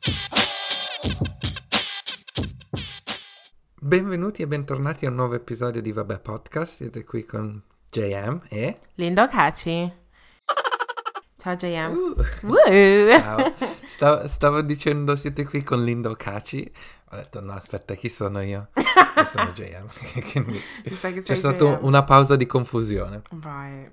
Benvenuti e bentornati a un nuovo episodio di Vabbè Podcast. Siete qui con JM e Lindo Caci. Ciao JM. Ciao. Stavo dicendo siete qui con Lindo Caci. Ho detto no, aspetta, chi sono io? Io sono JM. Quindi Mi sa che c'è sei stata JM. una pausa di confusione. Right.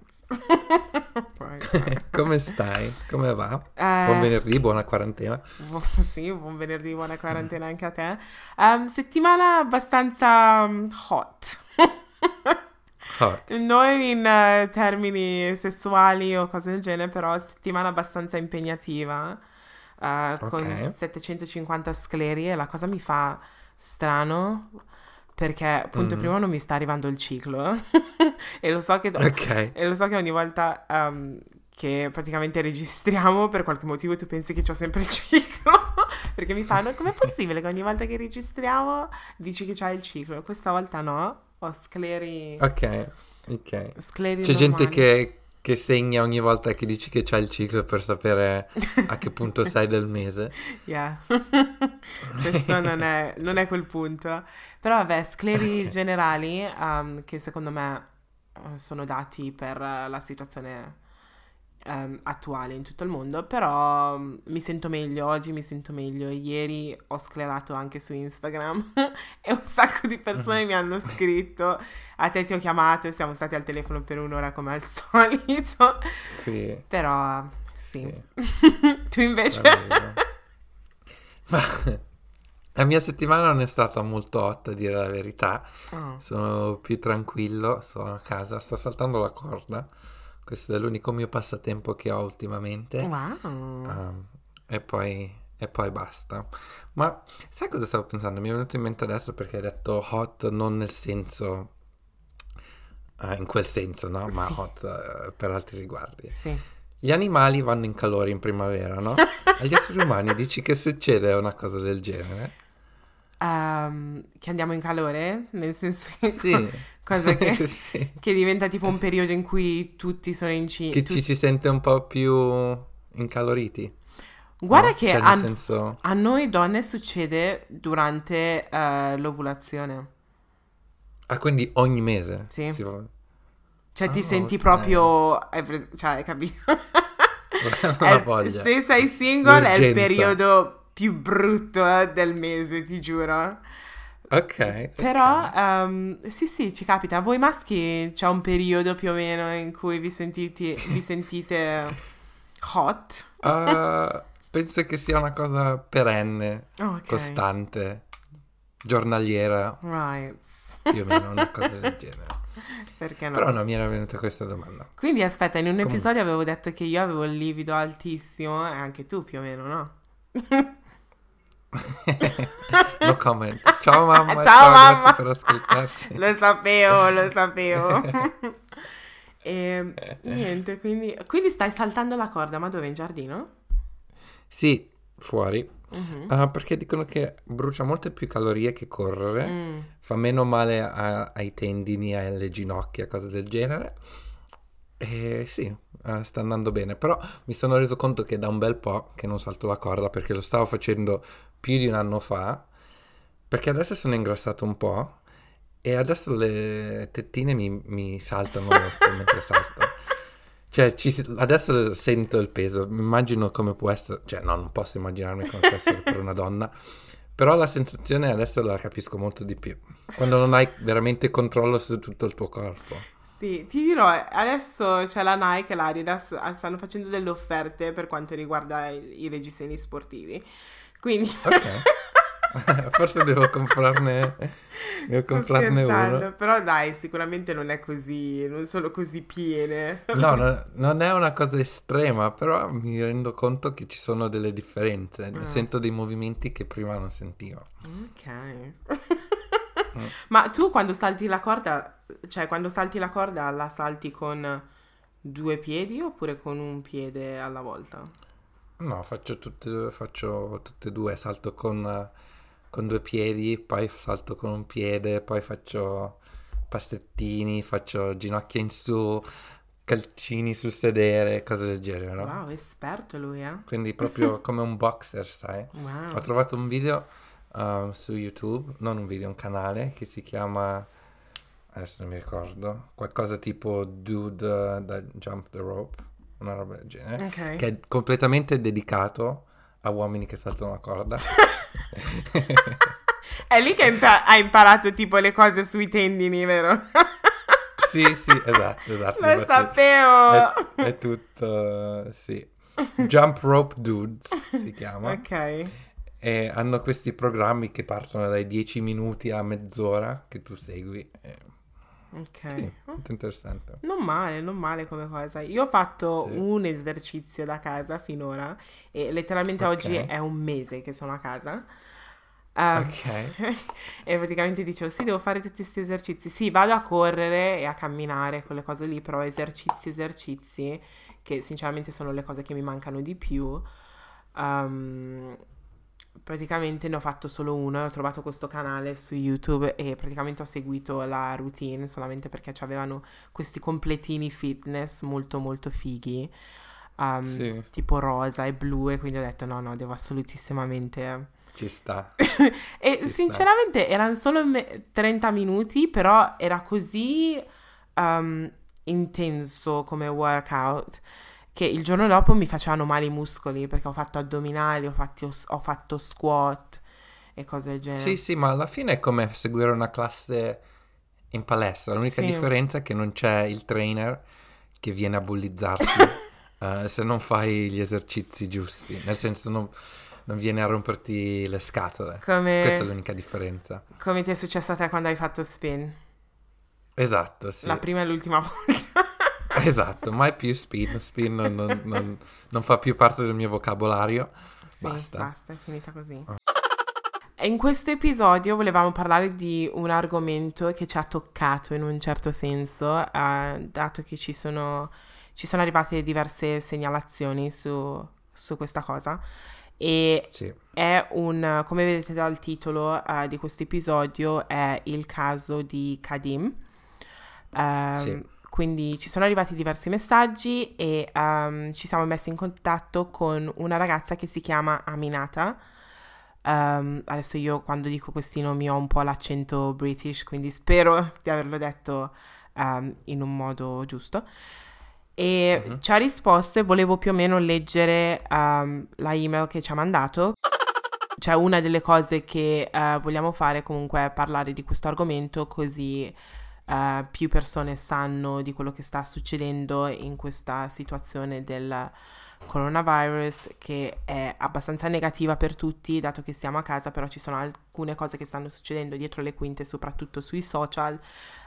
Come stai? Come va? Buon venerdì, buona quarantena. Sì, buon venerdì, buona quarantena anche a te. Settimana abbastanza hot. Hot. Non in termini sessuali o cose del genere, però settimana abbastanza impegnativa. Con 750 scleri, e la cosa mi fa strano perché appunto prima non mi sta arrivando il ciclo e lo so che ogni volta che praticamente registriamo, per qualche motivo tu pensi che c'ho sempre il ciclo perché mi fanno: com'è possibile che ogni volta che registriamo dici che c'hai il ciclo? Questa volta no, ho scleri. Ok. Scleri C'è normali. gente che segna ogni volta che dici che c'hai il ciclo per sapere a che punto sei del mese. Yeah. Questo non è quel punto. Però vabbè, scleri generali che secondo me sono dati per la situazione attuale in tutto il mondo. Però mi sento meglio, oggi mi sento meglio. Ieri ho sclerato anche su Instagram e un sacco di persone mi hanno scritto: a te ti ho chiamato e siamo stati al telefono per un'ora come al solito. Sì. Però sì. Tu invece? Ma la mia settimana non è stata molto hot, a dire la verità. Sono più tranquillo, sono a casa, sto saltando la corda. Questo è l'unico mio passatempo che ho ultimamente. Wow. E poi basta. Ma sai cosa stavo pensando? Mi è venuto in mente adesso perché hai detto hot non nel senso... in quel senso, no? Ma Sì. hot per altri riguardi. Sì. Gli animali vanno in calore in primavera, no? Agli esseri umani dici che succede una cosa del genere? Che andiamo in calore? Nel senso che Sì. cosa che, Sì. che diventa tipo un periodo in cui tutti sono incinti. Che ci si sente un po' più incaloriti. Guarda no? che Cioè, nel senso... a noi donne succede durante l'ovulazione. Ah, quindi ogni mese? Sì. Si va... Cioè ti senti ok. proprio... cioè, hai capito? La voglia. Se sei single è il L'urgenza. periodo più brutto del mese, ti giuro. Ok. Però sì, ci capita. Voi maschi c'è un periodo più o meno in cui vi sentite hot? Penso che sia una cosa perenne, Ok. costante, giornaliera, Right. più o meno una cosa del genere. Perché no? Però no, mi era venuta questa domanda. Quindi aspetta, in un Comunque. episodio avevo detto che io avevo il livido altissimo e anche tu più o meno, no? No comment. Ciao mamma, Ciao mamma. grazie per ascoltarci. Lo sapevo. E niente, quindi stai saltando la corda, ma dove? In giardino? Sì, fuori. Mhm. Perché dicono che brucia molte più calorie che correre, Mm. fa meno male ai tendini, alle ginocchia, cose del genere. E sì, sta andando bene. Però mi sono reso conto che da un bel po' che non salto la corda, perché lo stavo facendo più di un anno fa, perché adesso sono ingrassato un po' e adesso le tettine mi saltano mentre salto. Cioè, adesso sento il peso, mi immagino come può essere, cioè no, non posso immaginarmi come può essere per una donna, però la sensazione adesso la capisco molto di più, quando non hai veramente controllo su tutto il tuo corpo. Sì, ti dirò, adesso c'è la Nike e l'Adidas, stanno facendo delle offerte per quanto riguarda i reggiseni sportivi, quindi... Ok. Forse devo comprarne Sto scherzando, uno. però dai, sicuramente non è così, non sono così piene. No, non è una cosa estrema, però mi rendo conto che ci sono delle differenze. Sento dei movimenti che prima non sentivo. Ok. Ma tu quando salti la corda, cioè quando salti la corda la salti con 2 piedi oppure con un piede alla volta? No, faccio tutte e due, salto con 2 piedi, poi salto con un piede, poi faccio passettini, faccio ginocchia in su, calcini sul sedere, cose del genere, no? Wow, esperto lui, eh? Quindi proprio come un boxer, sai? Wow. Ho trovato un video su YouTube, non un video, un canale che si chiama, adesso non mi ricordo, qualcosa tipo Dude that Jump the Rope, una roba del genere, Ok. che è completamente dedicato a uomini che saltano la corda. È lì che hai imparato tipo le cose sui tendini, vero? Sì, esatto. Lo infatti sapevo! è tutto, sì. Jump Rope Dudes si chiama. Ok. E hanno questi programmi che partono dai 10 minuti a mezz'ora che tu segui. Ok. Sì, molto interessante. Non male come cosa. Io ho fatto Sì. un esercizio da casa finora e letteralmente Ok. oggi è un mese che sono a casa. Ok. E praticamente dicevo, sì, devo fare tutti questi esercizi. Sì, vado a correre e a camminare, quelle cose lì, però esercizi, che sinceramente sono le cose che mi mancano di più. Praticamente ne ho fatto solo uno e ho trovato questo canale su YouTube e praticamente ho seguito la routine solamente perché avevano questi completini fitness molto molto fighi, Sì, tipo rosa e blu, e quindi ho detto no, devo assolutissimamente... ci sta. E Ci sta. sinceramente erano solo 30 minuti, però era così intenso come workout che il giorno dopo mi facevano male i muscoli perché ho fatto addominali, ho fatto squat e cose del genere. Sì, ma alla fine è come seguire una classe in palestra. L'unica Sì. differenza è che non c'è il trainer che viene a bullizzarti se non fai gli esercizi giusti. Nel senso non viene a romperti le scatole. Questa è l'unica differenza. Come ti è successo a te quando hai fatto spin? Esatto, sì. La prima e l'ultima volta. Esatto, mai più spin. Spin non fa più parte del mio vocabolario. Sì, Basta. è finita così. E in questo episodio volevamo parlare di un argomento che ci ha toccato in un certo senso, dato che ci sono arrivate diverse segnalazioni su questa cosa. E Sì. è come vedete dal titolo di questo episodio, è il caso di Kadim. Sì. Quindi ci sono arrivati diversi messaggi e ci siamo messi in contatto con una ragazza che si chiama Aminata. Adesso io quando dico questi nomi ho un po' l'accento British, quindi spero di averlo detto in un modo giusto. E ci ha risposto e volevo più o meno leggere la email che ci ha mandato. Cioè una delle cose che vogliamo fare comunque è parlare di questo argomento, così più persone sanno di quello che sta succedendo in questa situazione del coronavirus, che è abbastanza negativa per tutti dato che siamo a casa, però ci sono alcune cose che stanno succedendo dietro le quinte, soprattutto sui social,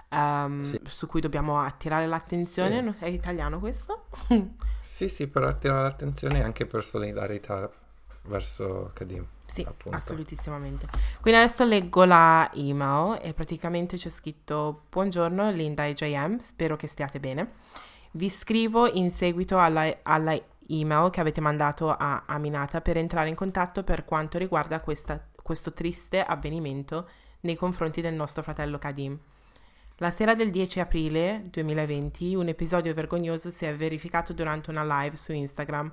su cui dobbiamo attirare l'attenzione. Sì. È italiano questo? Sì, per attirare l'attenzione e anche per solidarietà verso Kadim. Sì, appunto. assolutissimamente. Quindi adesso leggo la email e praticamente c'è scritto: buongiorno Linda e JM, spero che stiate bene. Vi scrivo in seguito alla email che avete mandato a Aminata per entrare in contatto per quanto riguarda questo triste avvenimento nei confronti del nostro fratello Kadim. La sera del 10 aprile 2020 un episodio vergognoso si è verificato durante una live su Instagram.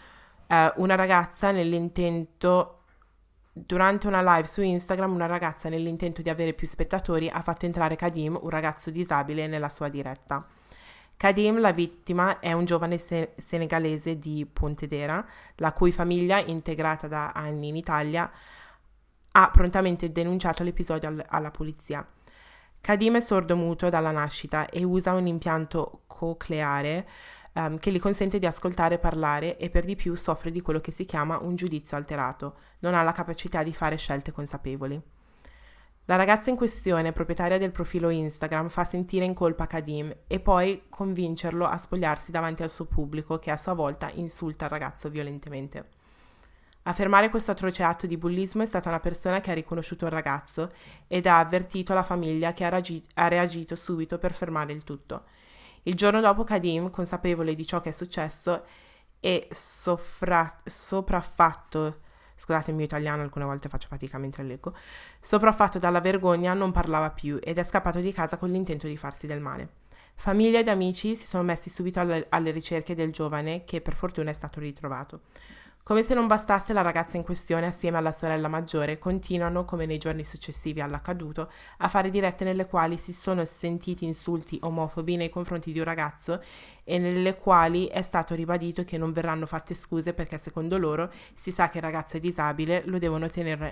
Durante una live su Instagram, una ragazza, nell'intento di avere più spettatori, ha fatto entrare Kadim, un ragazzo disabile, nella sua diretta. Kadim, la vittima, è un giovane senegalese di Pontedera, la cui famiglia, integrata da anni in Italia, ha prontamente denunciato l'episodio alla polizia. Kadim è sordomuto dalla nascita e usa un impianto cocleare che gli consente di ascoltare e parlare, e per di più soffre di quello che si chiama un giudizio alterato, non ha la capacità di fare scelte consapevoli. La ragazza in questione, proprietaria del profilo Instagram, fa sentire in colpa Kadim e poi convincerlo a spogliarsi davanti al suo pubblico, che a sua volta insulta il ragazzo violentemente. A fermare questo atroce atto di bullismo è stata una persona che ha riconosciuto il ragazzo ed ha avvertito la famiglia, che ha reagito subito per fermare il tutto. Il giorno dopo Kadim, consapevole di ciò che è successo e sopraffatto, scusate il mio italiano, alcune volte faccio fatica mentre leggo, sopraffatto dalla vergogna, non parlava più ed è scappato di casa con l'intento di farsi del male. Famiglia ed amici si sono messi subito alle ricerche del giovane, che per fortuna è stato ritrovato. Come se non bastasse, la ragazza in questione, assieme alla sorella maggiore, continuano, come nei giorni successivi all'accaduto, a fare dirette nelle quali si sono sentiti insulti omofobi nei confronti di un ragazzo e nelle quali è stato ribadito che non verranno fatte scuse perché secondo loro si sa che il ragazzo è disabile, lo devono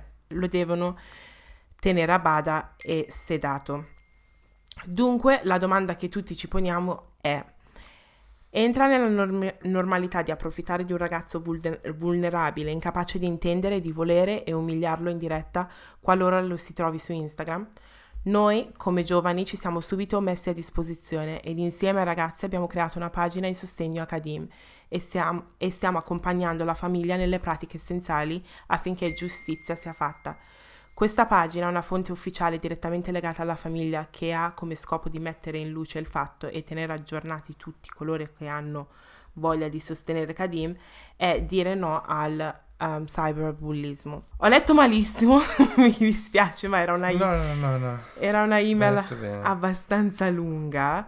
tenere a bada e sedato. Dunque, la domanda che tutti ci poniamo è: entra nella normalità di approfittare di un ragazzo vulnerabile, incapace di intendere, di volere e umiliarlo in diretta qualora lo si trovi su Instagram? Noi, come giovani, ci siamo subito messi a disposizione ed insieme ai ragazzi abbiamo creato una pagina in sostegno a Kadim e stiamo accompagnando la famiglia nelle pratiche essenziali affinché giustizia sia fatta. Questa pagina è una fonte ufficiale direttamente legata alla famiglia che ha come scopo di mettere in luce il fatto e tenere aggiornati tutti coloro che hanno voglia di sostenere Kadim e dire no al cyberbullismo. Ho letto malissimo, mi dispiace, ma era No. era una email abbastanza lunga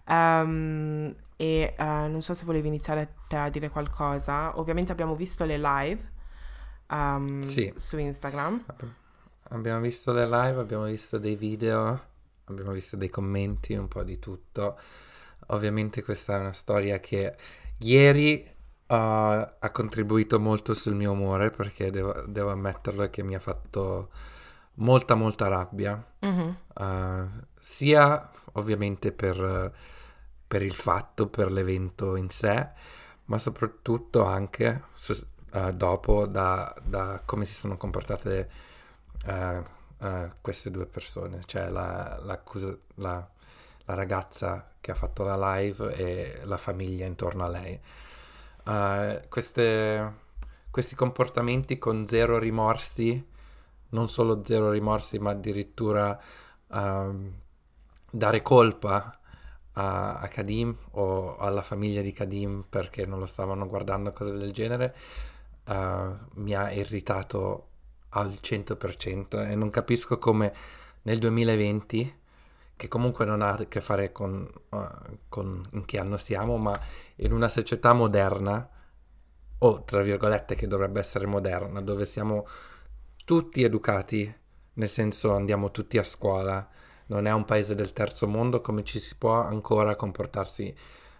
e non so se volevi iniziare te a dire qualcosa. Ovviamente abbiamo visto le live Sì. su Instagram. Abbiamo visto le live, abbiamo visto dei video, abbiamo visto dei commenti, un po' di tutto. Ovviamente questa è una storia che ieri ha contribuito molto sul mio umore, perché devo ammetterlo che mi ha fatto molta rabbia. Sia ovviamente per il fatto, per l'evento in sé, ma soprattutto anche dopo da come si sono comportate queste due persone, cioè la ragazza che ha fatto la live e la famiglia intorno a lei. Questi comportamenti con zero rimorsi, non solo zero rimorsi, ma addirittura dare colpa a Kadim o alla famiglia di Kadim perché non lo stavano guardando, cose del genere, mi ha irritato al 100% e non capisco come nel 2020, che comunque non ha a che fare con in che anno siamo, ma in una società moderna, o tra virgolette che dovrebbe essere moderna, dove siamo tutti educati, nel senso andiamo tutti a scuola, non è un paese del terzo mondo, come ci si può ancora comportarsi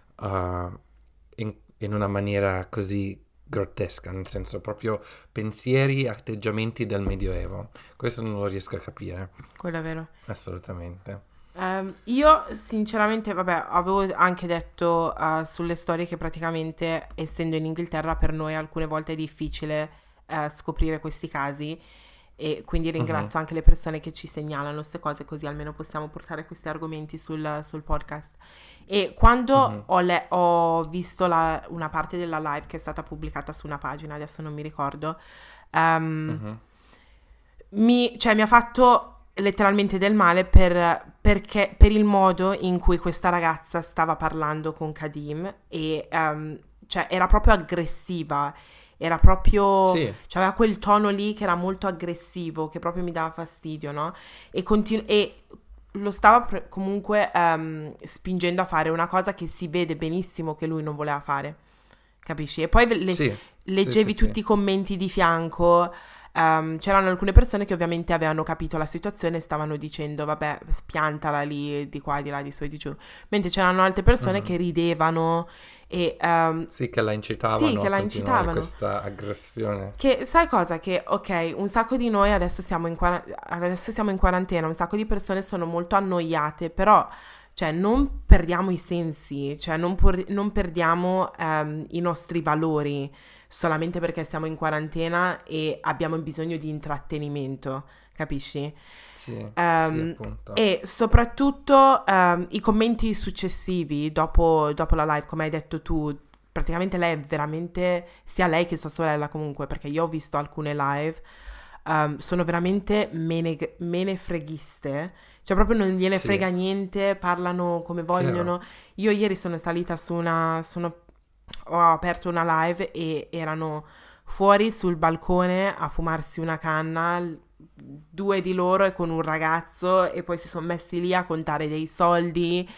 in una maniera così grottesca, nel senso proprio pensieri, atteggiamenti del Medioevo. Questo non lo riesco a capire. Quello è vero. Assolutamente. Io sinceramente, vabbè, avevo anche detto sulle storie che praticamente, essendo in Inghilterra, per noi alcune volte è difficile scoprire questi casi e quindi ringrazio anche le persone che ci segnalano queste cose, così almeno possiamo portare questi argomenti sul podcast. E quando ho visto una parte della live che è stata pubblicata su una pagina, adesso non mi ricordo, mi ha fatto letteralmente del male perché per il modo in cui questa ragazza stava parlando con Kadim e cioè era proprio aggressiva, era proprio Sì. aveva quel tono lì che era molto aggressivo, che proprio mi dava fastidio, no? E lo stava comunque spingendo a fare una cosa che si vede benissimo che lui non voleva fare, capisci? E poi leggevi tutti i commenti di fianco. C'erano alcune persone che ovviamente avevano capito la situazione e stavano dicendo vabbè, spiantala lì di qua, di là, di su e di giù, mentre c'erano altre persone che ridevano e che la incitavano sì, che la incitavano questa aggressione. Che sai cosa? Che ok, un sacco di noi adesso siamo in quarantena, un sacco di persone sono molto annoiate, però cioè non perdiamo i sensi, cioè non perdiamo i nostri valori solamente perché siamo in quarantena e abbiamo bisogno di intrattenimento, capisci? Sì, appunto. E soprattutto i commenti successivi dopo la live, come hai detto tu, praticamente lei è veramente, sia lei che sua sorella comunque, perché io ho visto alcune live, sono veramente menefreghiste, cioè proprio non gliene frega niente, parlano come vogliono. Io ieri sono salita ho aperto una live e erano fuori sul balcone a fumarsi una canna, due di loro e con un ragazzo, e poi si sono messi lì a contare dei soldi,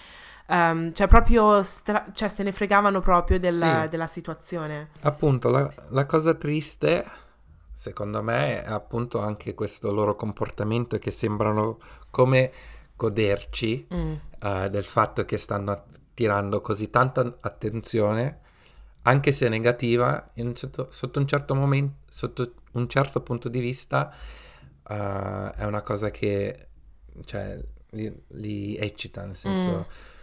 Cioè proprio, cioè se ne fregavano proprio Sì, della situazione. appunto, la cosa triste, secondo me, è appunto anche questo loro comportamento che sembrano come goderci Mm, del fatto che stanno attirando così tanta attenzione, anche se negativa, sotto un certo momento, sotto un certo punto di vista, è una cosa che, cioè, li eccita, nel mm. senso,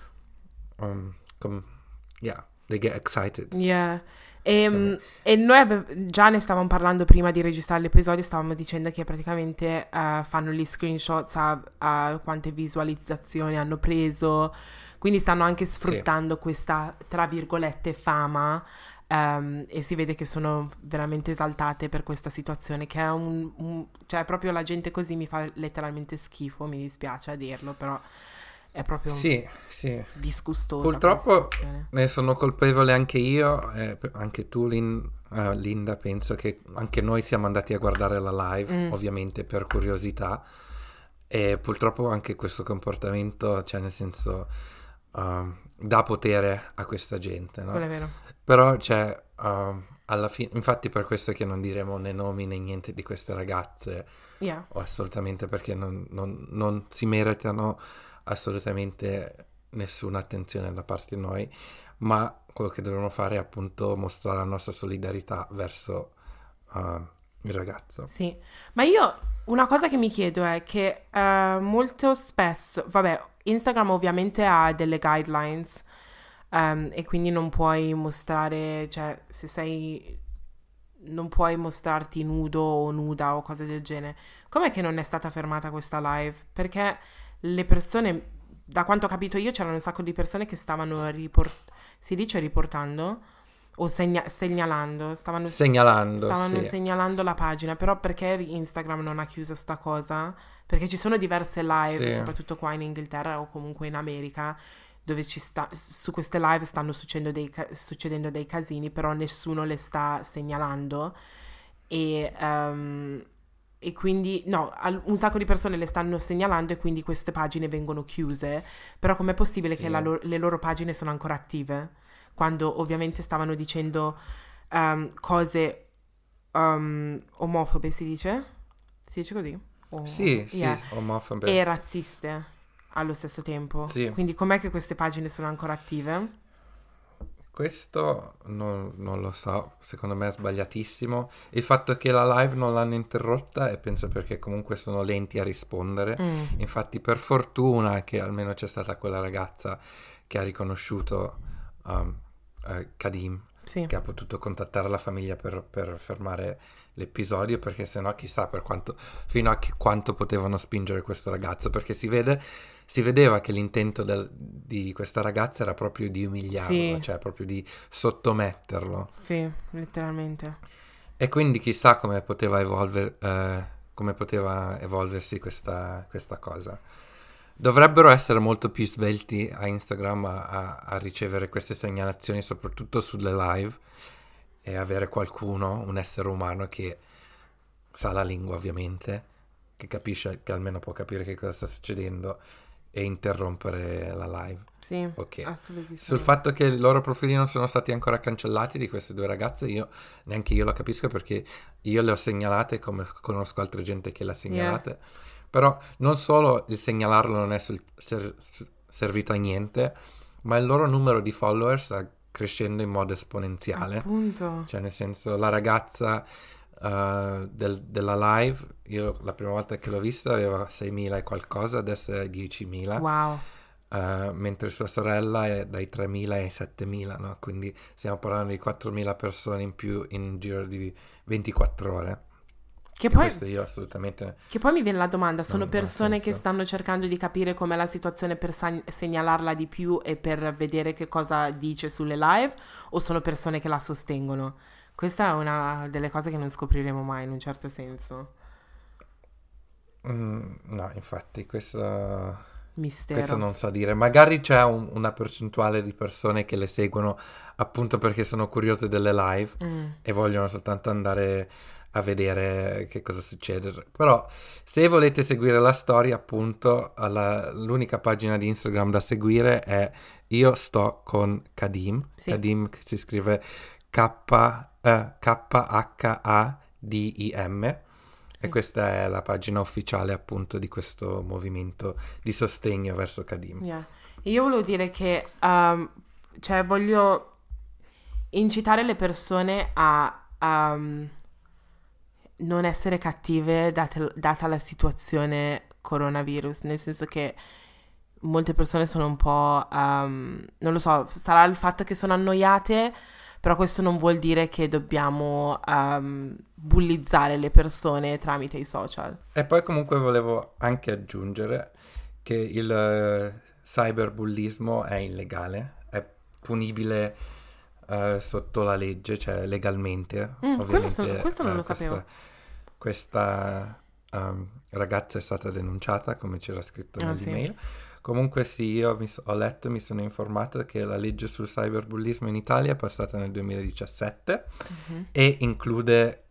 com- yeah, they get excited. Yeah. Vabbè. E noi già ne stavamo parlando prima di registrare l'episodio, stavamo dicendo che praticamente fanno gli screenshots a quante visualizzazioni hanno preso, quindi stanno anche Sì, sfruttando questa, tra virgolette, fama, e si vede che sono veramente esaltate per questa situazione, che è cioè proprio la gente così mi fa letteralmente schifo, mi dispiace a dirlo, però è proprio sì, sì. disgustosa come Purtroppo situazione. ne sono colpevole anche io, anche tu, Linda, penso che anche noi siamo andati a guardare la live, Mm, ovviamente per curiosità, e purtroppo anche questo comportamento, cioè nel senso, dà potere a questa gente, no? quello è vero. Però, cioè, alla fine, infatti per questo che non diremo né nomi né niente di queste ragazze, Yeah. o assolutamente perché non si meritano assolutamente nessuna attenzione da parte di noi, ma quello che dovremmo fare è appunto mostrare la nostra solidarietà verso il ragazzo. Sì, ma io una cosa che mi chiedo è che molto spesso, vabbè, Instagram ovviamente ha delle guidelines, e quindi non puoi mostrare, cioè se sei, non puoi mostrarti nudo o nuda o cose del genere. Com'è che non è stata fermata questa live? Perché le persone, da quanto ho capito io, c'erano un sacco di persone che stavano si dice riportando o segnalando, Segnalando, stavano sì, segnalando la pagina, però perché Instagram non ha chiuso sta cosa? Perché ci sono diverse live, sì, soprattutto qua in Inghilterra o comunque in America, dove su queste live stanno succedendo dei casini, però nessuno le sta segnalando e, e quindi, no, un sacco di persone le stanno segnalando e quindi queste pagine vengono chiuse, però com'è possibile che sì. le loro pagine sono ancora attive? Quando ovviamente stavano dicendo cose omofobe, si dice? Si dice così? Sì, Yeah. sì, omofobe. E razziste allo stesso tempo. Sì, Quindi com'è che queste pagine sono ancora attive? questo non lo so, secondo me è sbagliatissimo. Il fatto che la live non l'hanno interrotta e penso perché comunque sono lenti a rispondere. Mm, Infatti per fortuna che almeno c'è stata quella ragazza che ha riconosciuto Kadim, sì. che ha potuto contattare la famiglia per fermare l'episodio, perché sennò chissà per quanto, fino a quanto potevano spingere questo ragazzo, perché si vedeva che l'intento di questa ragazza era proprio di umiliarlo, Sì, cioè proprio di sottometterlo. sì, letteralmente. E quindi chissà come poteva evolversi questa cosa. Dovrebbero essere molto più svelti a Instagram a ricevere queste segnalazioni, soprattutto sulle live, e avere qualcuno, un essere umano che sa la lingua ovviamente, che capisce, che almeno può capire che cosa sta succedendo e interrompere la live. Sì, Ok. Sul assolutissimamente. fatto che i loro profili non sono stati ancora cancellati di queste due ragazze, neanche io lo capisco perché io le ho segnalate come conosco altre gente che le ha Yeah, segnalate. Però non solo il segnalarlo non è servito a niente, ma il loro numero di follower sta crescendo in modo esponenziale. appunto. Cioè, nel senso, la ragazza della live, io la prima volta che l'ho vista aveva 6.000 e qualcosa, adesso è 10.000. Wow. Mentre sua sorella è dai 3.000 ai 7.000, no? Quindi stiamo parlando di 4.000 persone in più in un giro di 24 ore. Che E poi, questo io assolutamente che poi mi viene la domanda, sono non ha persone che senso. stanno cercando di capire com'è la situazione per segnalarla di più e per vedere che cosa dice sulle live o sono persone che la sostengono? Questa è una delle cose che non scopriremo mai in un certo senso. No, infatti, questo Mistero. non so dire. Magari c'è una percentuale di persone che le seguono appunto perché sono curiose delle live Mm, e vogliono soltanto andare a vedere che cosa succede. Però se volete seguire la storia, appunto, l'unica pagina di Instagram da seguire è Io sto con Kadim. Sì. Kadim si scrive Khadim. Sì. E questa è la pagina ufficiale appunto di questo movimento di sostegno verso Kadim. Yeah. Io volevo dire che cioè voglio incitare le persone a non essere cattive data la situazione coronavirus, nel senso che molte persone sono un po', non lo so, sarà il fatto che sono annoiate, però questo non vuol dire che dobbiamo bullizzare le persone tramite i social. E poi comunque volevo anche aggiungere che il cyberbullismo è illegale, è punibile sotto la legge, cioè legalmente. Ovviamente questo non lo sapevo. Questa ragazza è stata denunciata, come c'era scritto nell'email. Sì. Comunque sì, io ho letto, mi sono informato che la legge sul cyberbullismo in Italia è passata nel 2017 e include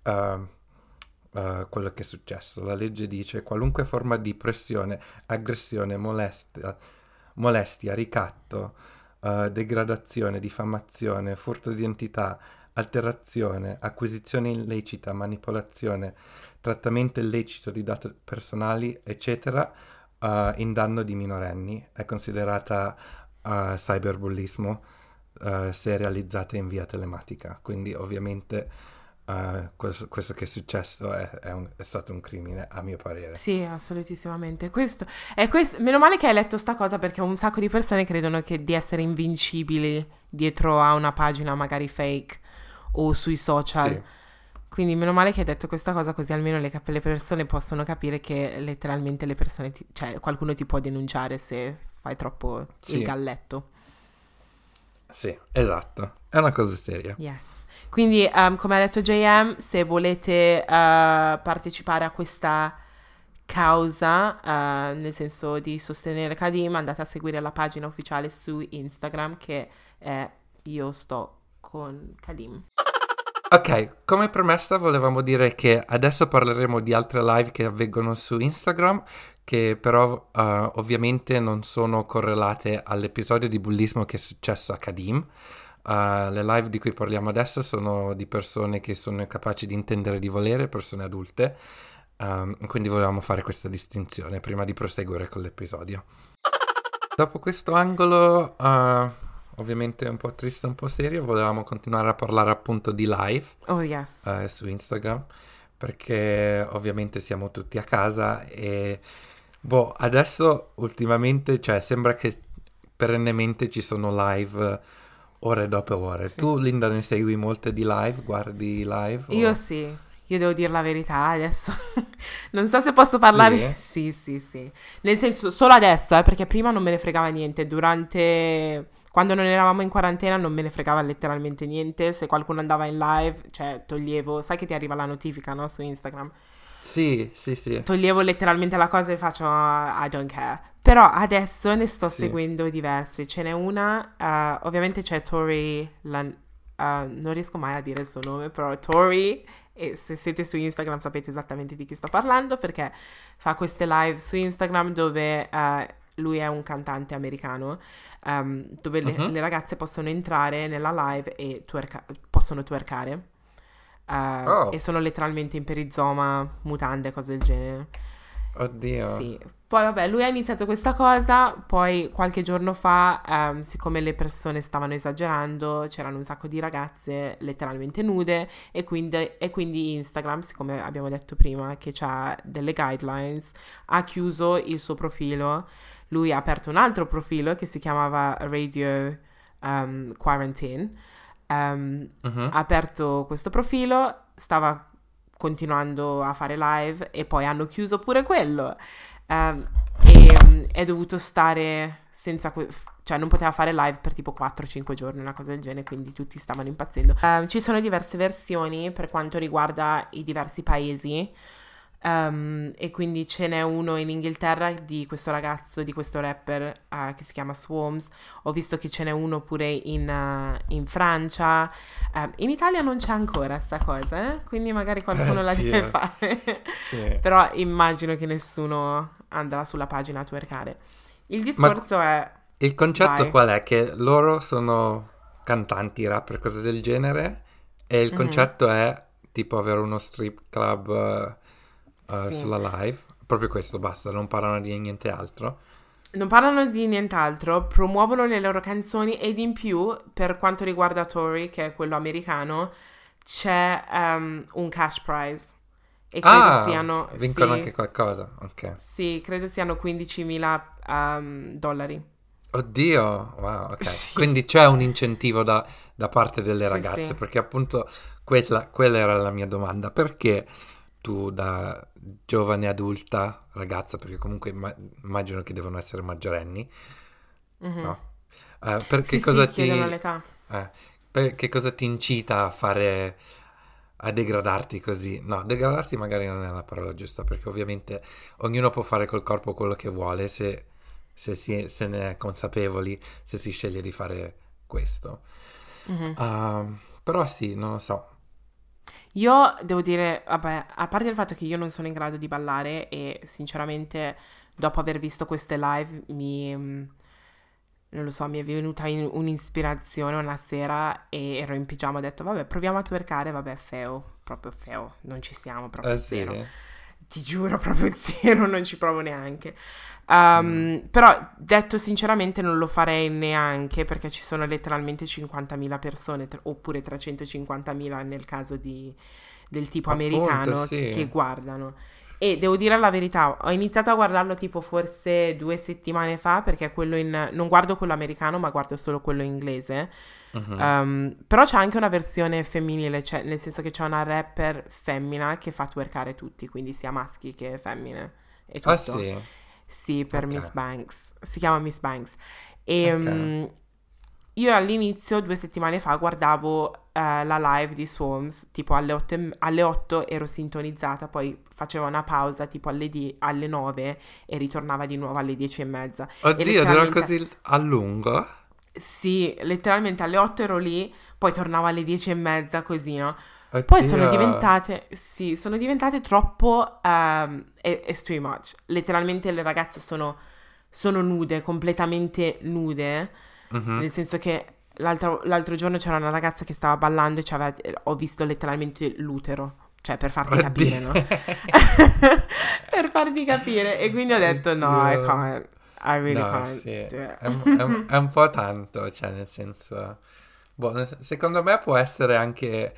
quello che è successo. La legge dice qualunque forma di pressione, aggressione, molestia, ricatto, degradazione, diffamazione, furto di identità, alterazione, acquisizione illecita, manipolazione, trattamento illecito di dati personali, eccetera, in danno di minorenni è considerata cyberbullismo se realizzata in via telematica. Quindi ovviamente questo che è successo è stato un crimine, a mio parere. Sì, assolutissimamente. Meno male che hai letto sta cosa, perché un sacco di persone credono di essere invincibili dietro a una pagina magari fake o sui social. Sì. Quindi meno male che hai detto questa cosa, così almeno le persone possono capire che letteralmente le persone, cioè qualcuno ti può denunciare se fai troppo il galletto. Sì, esatto. È una cosa seria. Yes. Quindi, come ha detto JM, se volete partecipare a questa causa, nel senso di sostenere Kadim, andate a seguire la pagina ufficiale su Instagram, che è Io sto con Kadim. Ok, come premessa volevamo dire che adesso parleremo di altre live che avvengono su Instagram, che però ovviamente non sono correlate all'episodio di bullismo che è successo a Kadim. Le live di cui parliamo adesso sono di persone che sono capaci di intendere e di volere, persone adulte, quindi volevamo fare questa distinzione prima di proseguire con l'episodio. Dopo questo angolo ovviamente un po' triste, un po' serio, volevamo continuare a parlare appunto di live su Instagram, perché ovviamente siamo tutti a casa e adesso ultimamente, cioè, sembra che perennemente ci sono live ore dopo ore. Sì. Tu, Linda, ne segui molte di live? Guardi live? Io sì, io devo dire la verità adesso. Non so se posso parlare. Sì. Nel senso, solo adesso, perché prima non me ne fregava niente. Quando non eravamo in quarantena non me ne fregava letteralmente niente. Se qualcuno andava in live, cioè toglievo, sai che ti arriva la notifica, no? Su Instagram. Sì. Toglievo letteralmente la cosa e faccio I don't care. Però adesso ne sto seguendo diverse. Ce n'è una, ovviamente c'è Tori, non riesco mai a dire il suo nome, però Tori, e se siete su Instagram sapete esattamente di chi sto parlando, perché fa queste live su Instagram dove lui è un cantante americano, dove le ragazze possono entrare nella live e possono twerkare. E sono letteralmente in perizoma, mutande, cose del genere. Oddio. Sì. Poi vabbè, lui ha iniziato questa cosa, poi qualche giorno fa, siccome le persone stavano esagerando, c'erano un sacco di ragazze letteralmente nude e quindi Instagram, siccome abbiamo detto prima che c'ha delle guidelines, ha chiuso il suo profilo. Lui ha aperto un altro profilo che si chiamava Radio Quarantine. Ha aperto questo profilo, stava continuando a fare live e poi hanno chiuso pure quello. E è dovuto stare senza cioè non poteva fare live per tipo 4-5 giorni, una cosa del genere, quindi tutti stavano impazzendo. Ci sono diverse versioni per quanto riguarda i diversi paesi. E quindi ce n'è uno in Inghilterra di questo ragazzo, di questo rapper che si chiama Swarms. Ho visto che ce n'è uno pure in Francia. In Italia non c'è ancora sta cosa, quindi magari qualcuno la deve Oddio. fare. Sì. Però immagino che nessuno andrà sulla pagina a twerkare. Il Ma discorso è... il concetto Vai. qual è? Che loro sono cantanti, rapper, cose del genere, e il Mhm. concetto è tipo avere uno strip club Sì. sulla live. Proprio questo, basta, non parlano di niente altro. Non parlano di nient'altro, promuovono le loro canzoni ed in più, per quanto riguarda Tory, che è quello americano, c'è un cash prize. E credo Ah, siano, vincono sì, anche qualcosa, ok. sì, credo siano 15.000 dollari. Oddio, wow, ok. Sì, Quindi c'è un incentivo da parte delle sì, ragazze, sì. perché appunto quella era la mia domanda. Perché tu da giovane adulta, ragazza, perché comunque immagino che devono essere maggiorenni, Mhm. no? Perché Sì, sì, cosa chiedono ti, l'età. che cosa ti incita a fare, a degradarti così? No, degradarti magari non è la parola giusta, perché ovviamente ognuno può fare col corpo quello che vuole se ne è consapevoli, se si sceglie di fare questo. Mhm. Però sì, non lo so. Io devo dire, vabbè, a parte il fatto che io non sono in grado di ballare e sinceramente dopo aver visto queste live non lo so, mi è venuta un'ispirazione una sera e ero in pigiama, ho detto vabbè proviamo a twerkare, vabbè feo, proprio feo, non ci siamo, proprio Eh zero. sì. Ti giuro, proprio zero, non ci provo neanche. Mm. Però detto sinceramente non lo farei neanche perché ci sono letteralmente 50.000 persone oppure 350.000 nel caso del tipo Appunto, americano che sì. guardano. E devo dire la verità, ho iniziato a guardarlo tipo forse 2 settimane fa perché non guardo quello americano ma guardo solo quello inglese. Mhm. Però c'è anche una versione femminile, cioè nel senso che c'è una rapper femmina che fa twerkare tutti, quindi sia maschi che femmine e Ah tutto. sì, Sì, per ok, Miss Banks. Si chiama Miss Banks. E ok. io all'inizio, 2 settimane fa, guardavo la live di Swarms, tipo alle 8 ero sintonizzata, poi faceva una pausa tipo alle 9 e ritornava di nuovo alle 10 e mezza. E Oddio, dura letteralmente, così a lungo? sì, letteralmente alle 8 ero lì, poi tornavo alle 10 e mezza, così, no? Poi Oddio. sono diventate troppo it's too much. Letteralmente le ragazze sono nude, completamente nude, Mhm. nel senso che l'altro giorno c'era una ragazza che stava ballando e ho visto letteralmente l'utero, cioè per farti capire, Oddio. no? Per farti capire. E quindi ho detto no, I Oddio. can't, I really No, can't sì, do it. è un po' tanto, cioè nel senso... Boh, secondo me può essere anche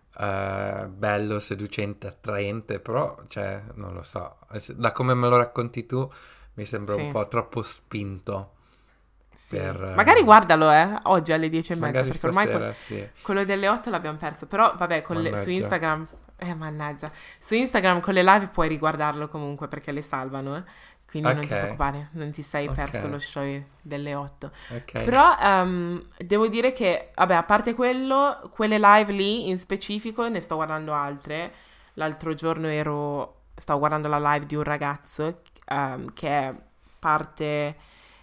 bello, seducente, attraente, però, cioè, non lo so. Da come me lo racconti tu, mi sembra un Sì. po' troppo spinto Sì, per... magari guardalo, oggi alle 10 e mezza, magari perché ormai stasera, sì. quello delle 8 l'abbiamo perso. Però, vabbè, su Mannaggia. Instagram, mannaggia, su Instagram con le live puoi riguardarlo comunque perché le salvano, eh. Quindi non Ok, ti preoccupare, non ti sei ok, perso lo show delle 8. ok. Però, devo dire che, vabbè, a parte quello, quelle live lì in specifico, ne sto guardando altre. L'altro giorno stavo guardando la live di un ragazzo, che è parte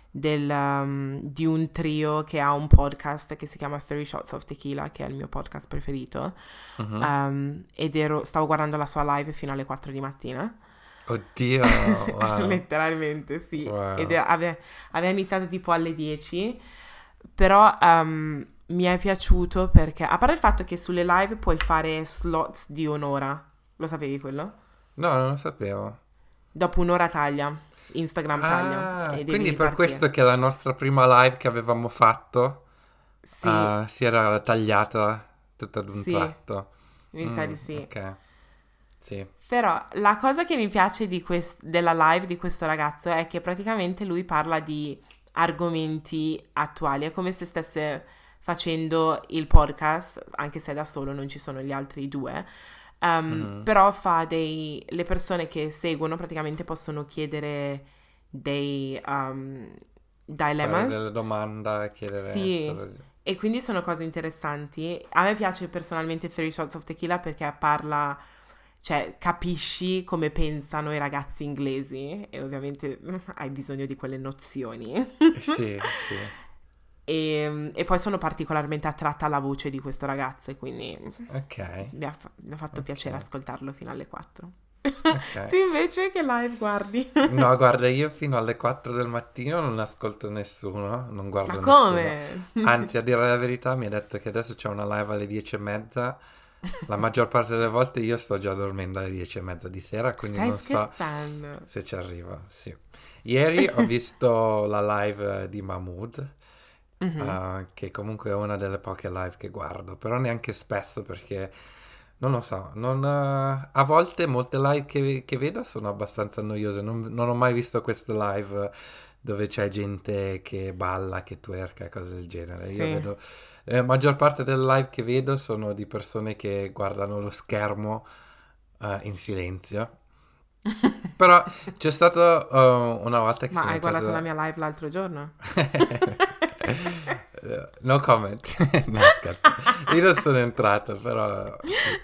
di un trio che ha un podcast che si chiama 30 Shots of Tequila, che è il mio podcast preferito. Mhm. Stavo guardando la sua live fino alle 4 di mattina. Oddio, wow, Letteralmente, sì. wow. Aveva iniziato tipo alle 10, però mi è piaciuto perché, a parte il fatto che sulle live puoi fare slots di un'ora, lo sapevi quello? No, non lo sapevo. Dopo un'ora taglia, Instagram taglia Ah, e devi quindi per questo ripartire. che la nostra prima live che avevamo fatto Sì, si era tagliata tutto ad un sì, tratto. mi sa di sì. Ok, sì. Però la cosa che mi piace della live di questo ragazzo è che praticamente lui parla di argomenti attuali, è come se stesse facendo il podcast, anche se è da solo, non ci sono gli altri due. Mhm. Però le persone che seguono praticamente possono chiedere dei Fare dilemmas. delle domande e chiedere Sì, cosa... e quindi sono cose interessanti. A me piace personalmente 30 Shots of Tequila perché parla cioè capisci come pensano i ragazzi inglesi e ovviamente hai bisogno di quelle nozioni. Sì, sì. E poi sono particolarmente attratta alla voce di questo ragazzo e quindi Ok, mi ha fatto piacere ok, ascoltarlo fino alle 4. ok. Tu invece che live guardi? No, guarda, io fino alle 4 del mattino non ascolto nessuno, non Ma guardo nessuno. come? Anzi, a dire la verità, mi ha detto che adesso c'è una live alle 10:30. La maggior parte delle volte io sto già dormendo alle 10:30 di sera, quindi Stai non so scherzando? se ci arriva. Sì. Ieri ho visto la live di Mahmood, Mhm. che comunque è una delle poche live che guardo, però neanche spesso perché non lo so, a volte molte live che vedo sono abbastanza noiose, non ho mai visto queste live dove c'è gente che balla, che twerka e cose del genere. Io Sì. vedo, la maggior parte delle live che vedo sono di persone che guardano lo schermo in silenzio. Però c'è stato una volta che Ma sono hai entrato guardato la mia live l'altro giorno? No comment. No, scherzo. Io non sono entrato, però sì.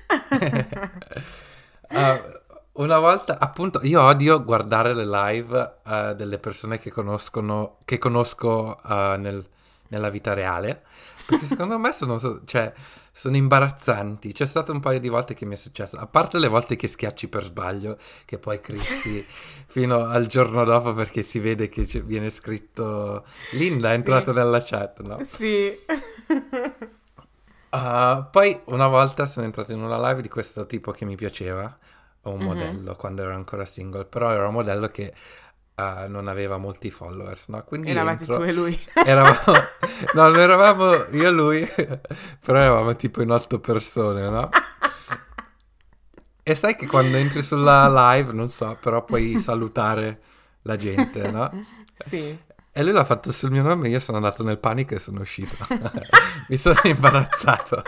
Una volta, appunto, io odio guardare le live delle persone che conosco nella vita reale, perché secondo me cioè, sono imbarazzanti. C'è stato un paio di volte che mi è successo, a parte le volte che schiacci per sbaglio, che poi cristi fino al giorno dopo perché si vede che viene scritto Linda è Sì. entrata nella chat, no? Sì. Poi una volta sono entrato in una live di questo tipo che mi piaceva, un Mhm. modello quando ero ancora single, però era un modello che non aveva molti followers, no? Quindi Eravate tu entro, e lui. eravamo, no, non eravamo io e lui, però eravamo tipo in 8 persone, no? E sai che quando entri sulla live, non so, però puoi salutare la gente, no? Sì. E lui l'ha fatto sul mio nome e io sono andato nel panico e sono uscito. Mi sono imbarazzato.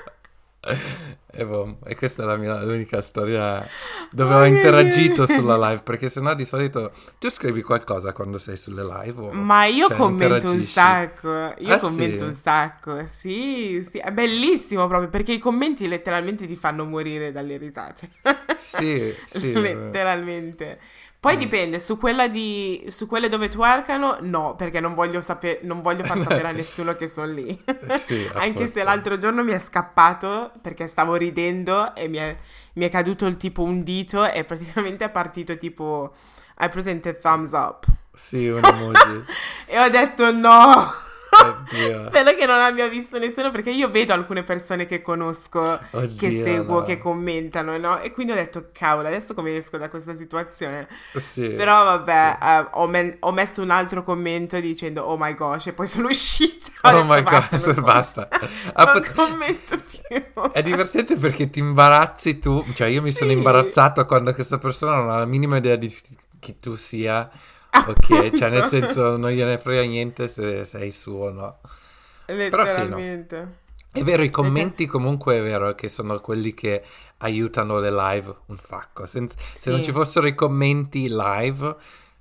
E, boh, e questa è l'unica storia dove ho Oh, che interagito sulla ridere. live, perché sennò di solito tu scrivi qualcosa quando sei sulle live o Ma io cioè commento un interagisci. sacco, io Ah commento un sì? sacco, sì, sì, è bellissimo proprio perché i commenti letteralmente ti fanno morire dalle risate, Sì, sì. letteralmente. Poi Mm. dipende, su quelle dove twerkano, no, perché non voglio far sapere a nessuno che sono lì. Sì, Anche se appunto. l'altro giorno mi è scappato perché stavo ridendo e mi è caduto il tipo un dito e praticamente è partito tipo, hai presente thumbs up? Sì, un emoji. E ho detto no. Oddio. Spero che non abbia visto nessuno perché io vedo alcune persone che conosco, che Oddio, seguo, che no. commentano, no? E quindi ho detto, cavolo, adesso come esco da questa situazione? Sì, Però sì. vabbè, ho messo un altro commento dicendo, oh my gosh, e poi sono uscita. Ho Oh detto, my basta, god, basta. Ah, non commento più. È divertente perché ti imbarazzi tu, cioè io mi sono Sì, imbarazzato quando questa persona non ha la minima idea di chi tu sia, ok? Cioè nel appunto, senso non gliene frega niente se sei su o no. Però sì, no. letteralmente. È vero, i Letter- commenti comunque è vero che sono quelli che aiutano le live un sacco. Se non ci sì, fossero i commenti live,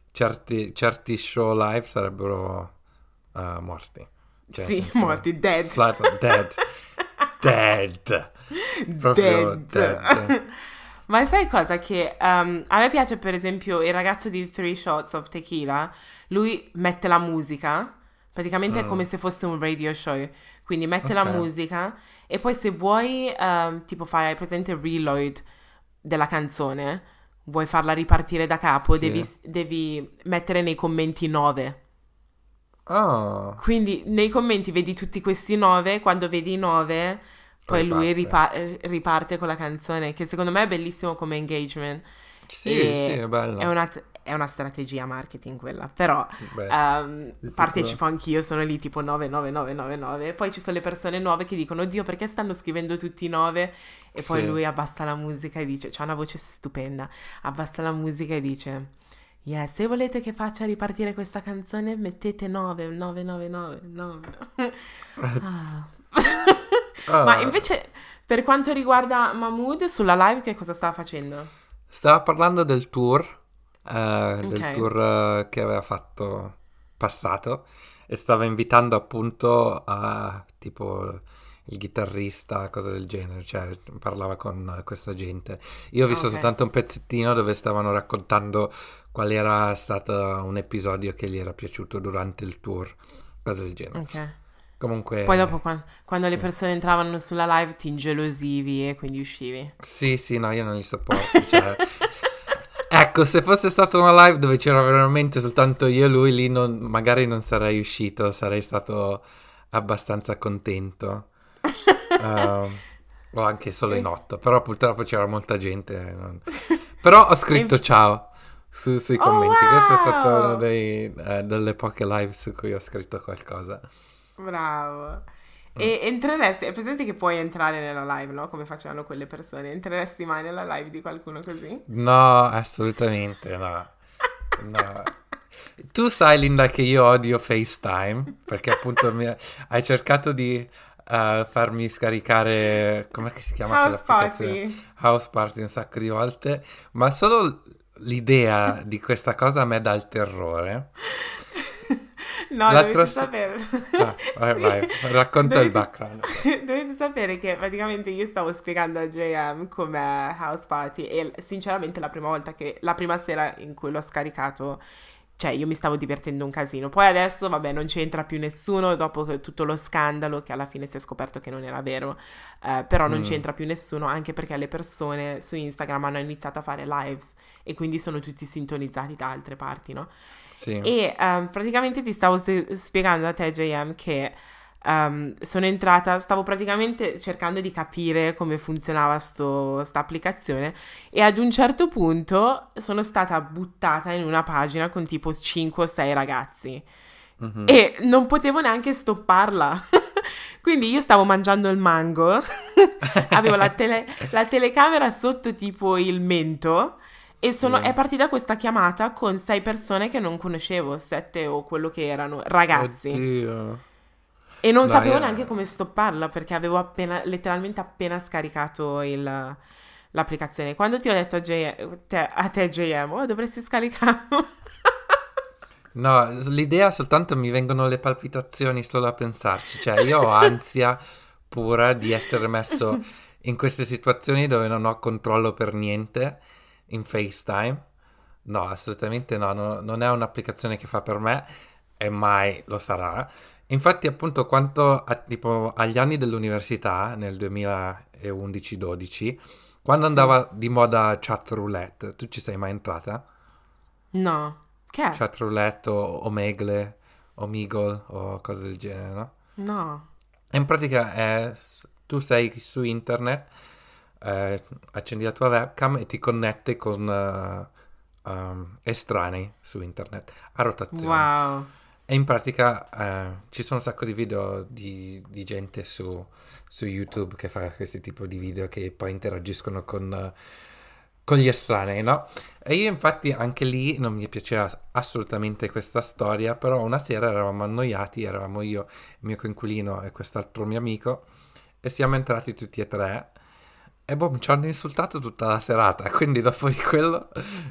certi show live sarebbero morti. Cioè, nel sì, senso, morti, dead. dead, dead, proprio dead. Dead. Ma sai cosa? Che a me piace per esempio il ragazzo di Three Shots of Tequila, lui mette la musica, praticamente è come Mm, se fosse un radio show, quindi mette la ok, musica e poi se vuoi tipo fare, hai presente il reload della canzone, vuoi farla ripartire da capo, sì. devi mettere nei commenti 9. Oh, Quindi nei commenti vedi tutti questi 9, quando vedi i 9, poi lui riparte. riparte con la canzone, che secondo me è bellissimo come engagement. Sì, sì, è E bello. è una strategia marketing quella, però Beh, di sicuro. partecipo anch'io, sono lì tipo 99999, e poi ci sono le persone nuove che dicono, oddio, perché stanno scrivendo tutti i 9? E poi Sì. lui abbassa la musica e dice, c'ha una voce stupenda, abbassa la musica e dice... Yeah, se volete che faccia ripartire questa canzone, mettete 9, 999, 9. Ah. Ma Ah, invece, per quanto riguarda Mahmood, sulla live che cosa stava facendo? stava parlando Ok, del tour che aveva fatto passato e stava invitando appunto a tipo il chitarrista, cose del genere, cioè parlava con questa gente. Io ho visto Ok, soltanto un pezzettino dove stavano raccontando qual era stato un episodio che gli era piaciuto durante il tour, cose del genere. ok. Poi dopo Comunque, quando le sì. persone entravano sulla live ti ingelosivi e quindi uscivi. Sì, sì, no, io non li sopporto, cioè... Ecco, se fosse stata una live dove c'era veramente soltanto io e lui, lì magari non sarei uscito, sarei stato abbastanza contento. Ehm, o anche solo in E- 8, però purtroppo c'era molta gente. Però ho e scritto inf- ciao sui oh commenti. Questo è stato uno wow! delle poche live su cui ho scritto qualcosa. Bravo. Mm. E entreresti, è presente che puoi entrare nella live, no? Come facevano quelle persone. Entreresti mai nella live di qualcuno così? No, assolutamente no. No. Tu sai, Linda, che io odio FaceTime perché appunto hai cercato di farmi scaricare, come si chiama House quell'applicazione? party. House Party un sacco di volte, ma solo l'idea di questa cosa a me dà il terrore. No, L'altro... dovete sapere. vai, Sì, racconta il dovete, background. dovete sapere che praticamente io stavo spiegando a JM com'è House Party e sinceramente la prima sera in cui l'ho scaricato, cioè io mi stavo divertendo un casino. Poi adesso, vabbè, non c'entra più nessuno dopo tutto lo scandalo che alla fine si è scoperto che non era vero, però non Mm, c'entra più nessuno anche perché le persone su Instagram hanno iniziato a fare lives e quindi sono tutti sintonizzati da altre parti, no? sì. E praticamente ti stavo spiegando a te, JM, che sono entrata, stavo praticamente cercando di capire come funzionava sta applicazione e ad un certo punto sono stata buttata in una pagina con tipo 5 o 6 ragazzi Mhm. e non potevo neanche stopparla. Quindi io stavo mangiando il mango, avevo la telecamera sotto tipo il mento e è Sì. partita questa chiamata con 6 persone che non conoscevo, 7 o quello che erano, ragazzi. Oddio. E non No, sapevo neanche come stopparla perché avevo letteralmente appena scaricato l'applicazione. Quando ti ho detto a te JM, oh, dovresti scaricarlo. No, l'idea soltanto mi vengono le palpitazioni solo a pensarci, cioè io ho ansia pura di essere messo in queste situazioni dove non ho controllo per niente in FaceTime. No, assolutamente no, non è un'applicazione che fa per me e mai lo sarà. Infatti, appunto, tipo agli anni dell'università, nel 2011-12, quando Sì. andava di moda chat roulette, tu ci sei mai entrata? No. Che è? Chat roulette o Omegle o Meagle o cose del genere, no? No. E in pratica tu sei su internet, accendi la tua webcam e ti connette con estranei su internet a rotazione. Wow. E in pratica ci sono un sacco di video di gente su YouTube che fa questi tipi di video che poi interagiscono con gli estranei, no? E io infatti anche lì non mi piaceva assolutamente questa storia, però una sera eravamo annoiati, eravamo io, il mio coinquilino e quest'altro mio amico, e siamo entrati tutti e tre. E boh, ci hanno insultato tutta la serata, quindi dopo di quello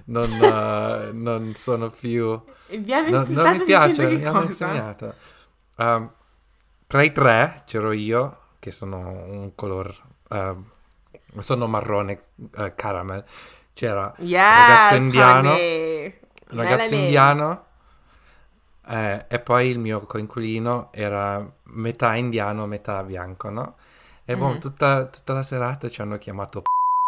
non sono più... Vi hanno non mi insultato dicendo piace, che mi hanno cosa? insegnato. Um, Tra i tre c'ero io, che sono un color... sono marrone, caramel. C'era Yes, honey. ragazzo Melanin. indiano, e poi il mio coinquilino era metà indiano, metà bianco, no? E boh, Mhm. tutta la serata ci hanno chiamato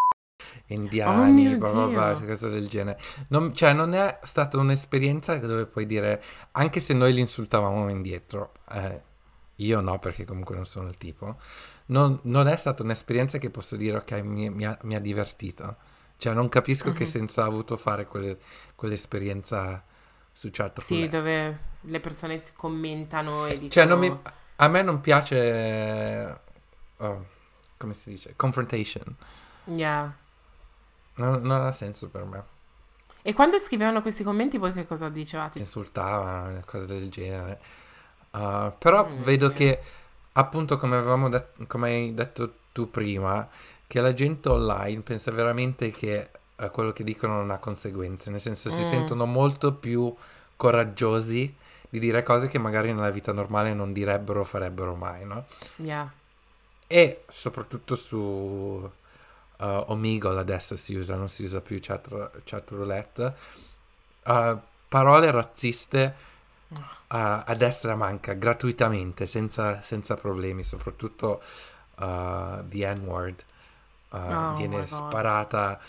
Oh indiani, mio bla bla bla, Dio. cose del genere. Cioè, non è stata un'esperienza dove puoi dire, anche se noi li insultavamo indietro, io no, perché comunque non sono il tipo, non è stata un'esperienza che posso dire, ok, mi ha divertito. Cioè, non capisco che Mhm. senso ha avuto fare quell'esperienza su chat Sì, roulette. dove le persone commentano e Cioè, dicono... a me non piace, oh, come si dice, confrontation. Yeah. Non ha senso per me. E quando scrivevano questi commenti voi che cosa dicevate? Insultavano, cose del genere. Però Mio vedo Dio. che, appunto, come hai detto tu prima, che la gente online pensa veramente che quello che dicono non ha conseguenze, nel senso si Mm, sentono molto più coraggiosi di dire cose che magari nella vita normale non direbbero o farebbero mai, no? yeah. e soprattutto su Omegle adesso si usa, non si usa più chat roulette, parole razziste a destra e a manca, gratuitamente, senza problemi, soprattutto the N-word Oh viene my God. sparata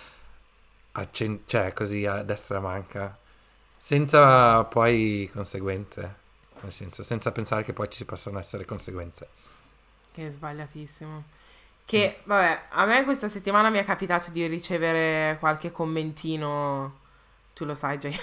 cioè così a destra e a manca, senza poi conseguenze, nel senso, senza pensare che poi ci possono essere conseguenze. Che è sbagliatissimo. Che, vabbè, a me questa settimana mi è capitato di ricevere qualche commentino, tu lo sai Jay.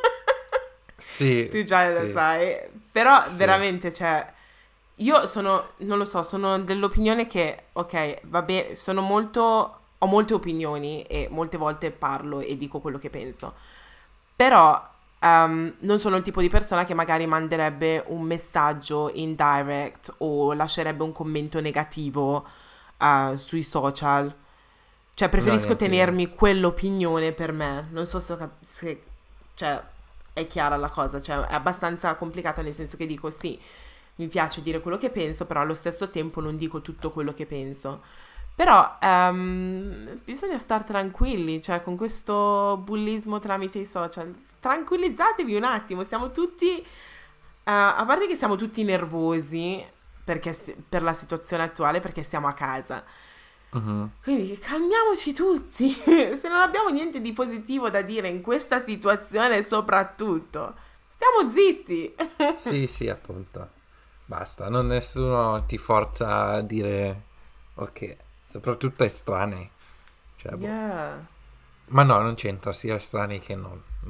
Sì, Tu già lo sì, sai. Però sì. veramente, cioè, io sono, non lo so, sono dell'opinione che, ok, va bene, ho molte opinioni e molte volte parlo e dico quello che penso. Però non sono il tipo di persona che magari manderebbe un messaggio in direct o lascerebbe un commento negativo sui social. Cioè, No, preferisco neanche io. tenermi quell'opinione per me. Non so se cioè, è chiara la cosa. Cioè, è abbastanza complicata nel senso che dico sì, mi piace dire quello che penso, però allo stesso tempo non dico tutto quello che penso. Però bisogna stare tranquilli, cioè con questo bullismo tramite i social. Tranquillizzatevi un attimo, siamo tutti, a parte che siamo tutti nervosi perché per la situazione attuale, perché siamo a casa. Mhm. Quindi calmiamoci tutti, se non abbiamo niente di positivo da dire in questa situazione soprattutto, stiamo zitti. Sì, sì, appunto. Basta, non nessuno ti forza a dire ok, soprattutto estranei. Cioè, boh. Yeah. Ma no, non c'entra sia estranei che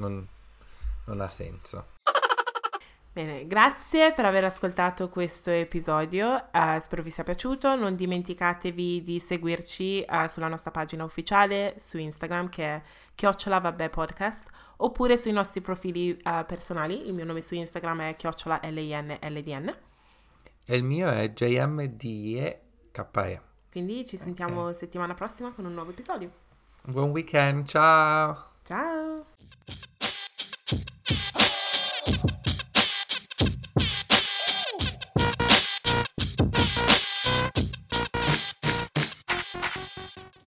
non ha senso. Bene, grazie per aver ascoltato questo episodio, spero vi sia piaciuto, non dimenticatevi di seguirci sulla nostra pagina ufficiale su Instagram che è @vabbè_podcast oppure sui nostri profili personali, il mio nome su Instagram è @linldn, E il mio è JMDEKE. quindi ci Ok. sentiamo settimana prossima con un nuovo episodio. Buon weekend, ciao! Ciao!